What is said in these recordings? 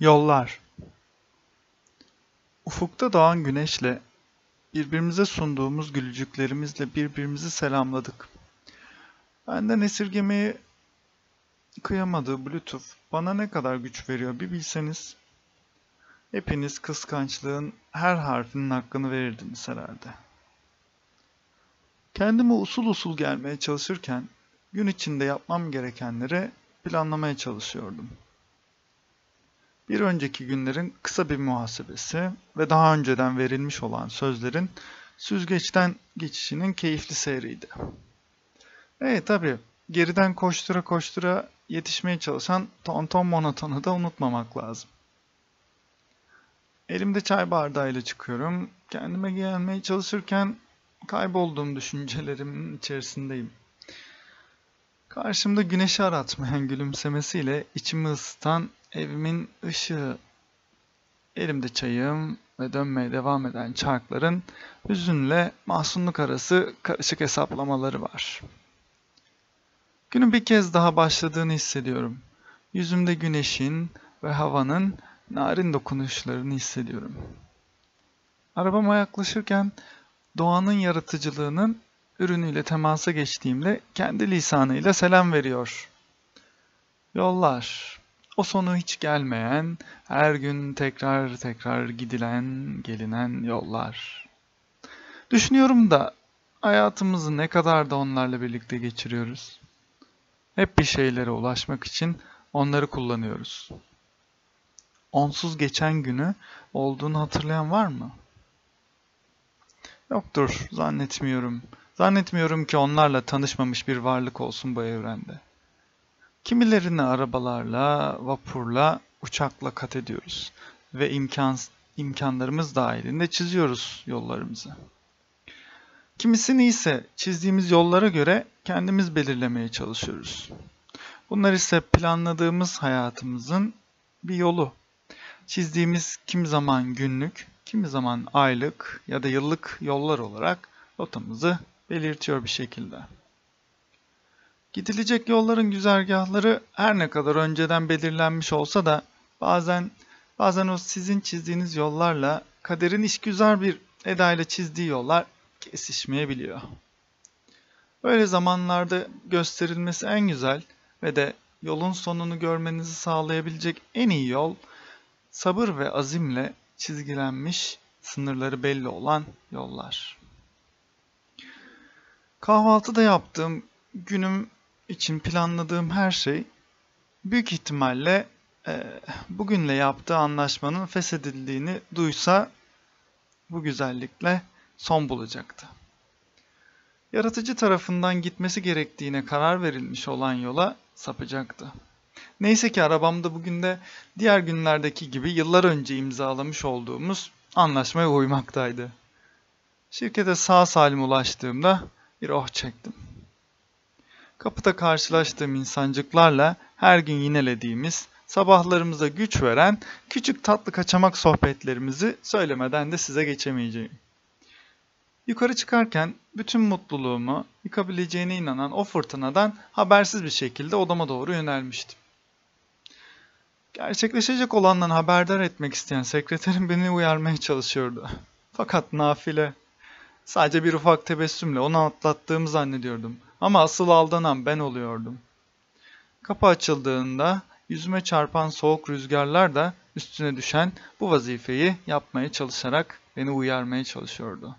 Yollar. Ufukta doğan güneşle, birbirimize sunduğumuz gülücüklerimizle birbirimizi selamladık. Benden esirgemeye kıyamadığı Bluetooth bana ne kadar güç veriyor bir bilseniz. Hepiniz kıskançlığın her harfinin hakkını verirdiniz herhalde. Kendime usul usul gelmeye çalışırken gün içinde yapmam gerekenleri planlamaya çalışıyordum. Bir önceki günlerin kısa bir muhasebesi ve daha önceden verilmiş olan sözlerin süzgeçten geçişinin keyifli seyriydi. Tabii geriden koştura koştura yetişmeye çalışan tonton monotonu da unutmamak lazım. Elimde çay bardağıyla çıkıyorum. Kendime gelmeye çalışırken kaybolduğum düşüncelerimin içerisindeyim. Karşımda güneşi aratmayan gülümsemesiyle içimi ısıtan evimin ışığı. Elimde çayım ve dönmeye devam eden çarkların hüzünle mahzunluk arası karışık hesaplamaları var. Günün bir kez daha başladığını hissediyorum. Yüzümde güneşin ve havanın narin dokunuşlarını hissediyorum. Arabama yaklaşırken doğanın yaratıcılığının ürünüyle temasa geçtiğimde kendi lisanıyla selam veriyor. Yollar. O sonu hiç gelmeyen, her gün tekrar tekrar gidilen, gelinen yollar. Düşünüyorum da hayatımızı ne kadar da onlarla birlikte geçiriyoruz. Hep bir şeylere ulaşmak için onları kullanıyoruz. Onsuz geçen günü olduğunu hatırlayan var mı? Yoktur, zannetmiyorum. Zannetmiyorum ki onlarla tanışmamış bir varlık olsun bu evrende. Kimilerini arabalarla, vapurla, uçakla kat ediyoruz ve imkanlarımız dahilinde çiziyoruz yollarımızı. Kimisini ise çizdiğimiz yollara göre kendimiz belirlemeye çalışıyoruz. Bunlar ise planladığımız hayatımızın bir yolu. Çizdiğimiz kimi zaman günlük, kimi zaman aylık ya da yıllık yollar olarak rotamızı belirtiyor bir şekilde. Gidilecek yolların güzergahları her ne kadar önceden belirlenmiş olsa da bazen o sizin çizdiğiniz yollarla kaderin işgüzar bir edayla çizdiği yollar kesişmeyebiliyor. Böyle zamanlarda gösterilmesi en güzel ve de yolun sonunu görmenizi sağlayabilecek en iyi yol, sabır ve azimle çizgilenmiş, sınırları belli olan yollar. Kahvaltıda yaptığım, günüm için planladığım her şey büyük ihtimalle bugünle yaptığı anlaşmanın feshedildiğini duysa bu güzellikle son bulacaktı. Yaratıcı tarafından gitmesi gerektiğine karar verilmiş olan yola sapacaktı. Neyse ki arabamda bugün de diğer günlerdeki gibi yıllar önce imzalamış olduğumuz anlaşmaya uymaktaydı. Şirkete sağ salim ulaştığımda bir oh çektim. Kapıda karşılaştığım insancıklarla her gün yinelediğimiz, sabahlarımıza güç veren küçük tatlı kaçamak sohbetlerimizi söylemeden de size geçemeyeceğim. Yukarı çıkarken bütün mutluluğumu yıkabileceğine inanan o fırtınadan habersiz bir şekilde odama doğru yönelmiştim. Gerçekleşecek olandan haberdar etmek isteyen sekreterim beni uyarmaya çalışıyordu. Fakat nafile. Sadece bir ufak tebessümle onu atlattığımı zannediyordum. Ama asıl aldanan ben oluyordum. Kapı açıldığında yüzüme çarpan soğuk rüzgarlar da üstüne düşen bu vazifeyi yapmaya çalışarak beni uyarmaya çalışıyordu.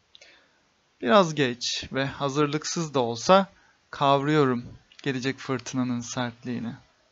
Biraz geç ve hazırlıksız da olsa kavruyorum gelecek fırtınanın sertliğini.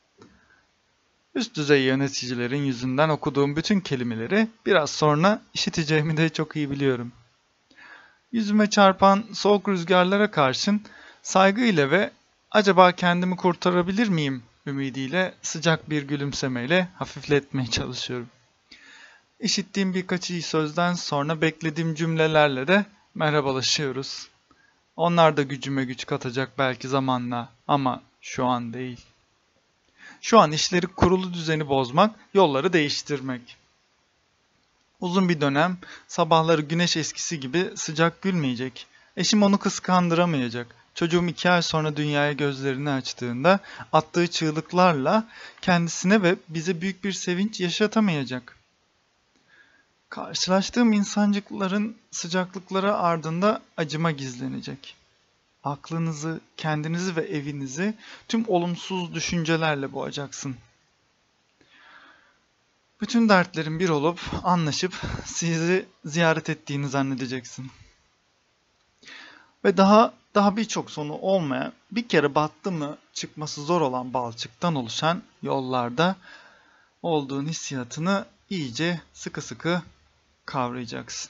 Üst düzey yöneticilerin yüzünden okuduğum bütün kelimeleri biraz sonra işiteceğimi de çok iyi biliyorum. Yüzüme çarpan soğuk rüzgarlara karşın saygıyla ve acaba kendimi kurtarabilir miyim ümidiyle sıcak bir gülümsemeyle hafifletmeye çalışıyorum. İşittiğim birkaç iyi sözden sonra beklediğim cümlelerle de merhabalaşıyoruz. Onlar da gücüme güç katacak belki zamanla ama şu an değil. Şu an işleri kurulu düzeni bozmak, yolları değiştirmek. Uzun bir dönem sabahları güneş eskisi gibi sıcak gülmeyecek. Eşim onu kıskandıramayacak. Çocuğum 2 ay sonra dünyaya gözlerini açtığında attığı çığlıklarla kendisine ve bize büyük bir sevinç yaşatamayacak. Karşılaştığım insancıkların sıcaklıkları ardında acıma gizlenecek. Aklınızı, kendinizi ve evinizi tüm olumsuz düşüncelerle boğacaksın. Bütün dertlerin bir olup anlaşıp sizi ziyaret ettiğini zannedeceksin. Ve daha birçok sonu olmayan, bir kere battı mı çıkması zor olan balçıktan oluşan yollarda olduğun hissiyatını iyice sıkı sıkı kavrayacaksın.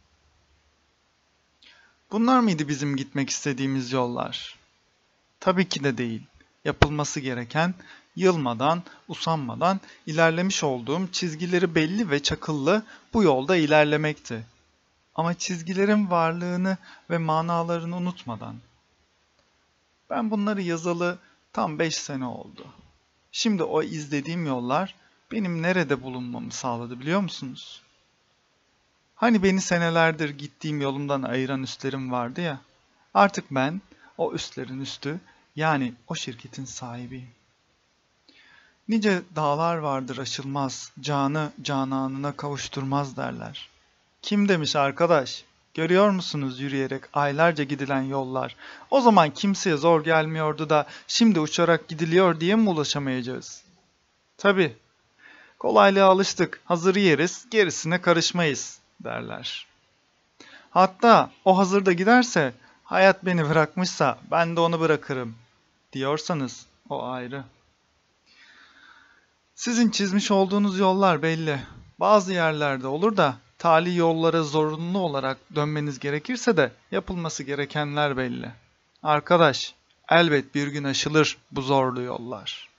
Bunlar mıydı bizim gitmek istediğimiz yollar? Tabii ki de değil. Yapılması gereken, yılmadan, usanmadan ilerlemiş olduğum çizgileri belli ve çakıllı bu yolda ilerlemekti. Ama çizgilerin varlığını ve manalarını unutmadan. Ben bunları yazalı tam 5 sene oldu. Şimdi o izlediğim yollar benim nerede bulunmamı sağladı biliyor musunuz? Hani beni senelerdir gittiğim yolumdan ayıran üstlerim vardı ya. Artık ben o üstlerin üstü, yani o şirketin sahibiyim. Nice dağlar vardır aşılmaz, canı cananına kavuşturmaz derler. Kim demiş arkadaş? Görüyor musunuz yürüyerek aylarca gidilen yollar? O zaman kimseye zor gelmiyordu da şimdi uçarak gidiliyor diye mi ulaşamayacağız? Tabii, kolaylığa alıştık, hazır yeriz, gerisine karışmayız derler. Hatta o hazırda giderse, hayat beni bırakmışsa ben de onu bırakırım diyorsanız o ayrı. Sizin çizmiş olduğunuz yollar belli. Bazı yerlerde olur da tali yollara zorunlu olarak dönmeniz gerekirse de yapılması gerekenler belli. Arkadaş, elbet bir gün aşılır bu zorlu yollar.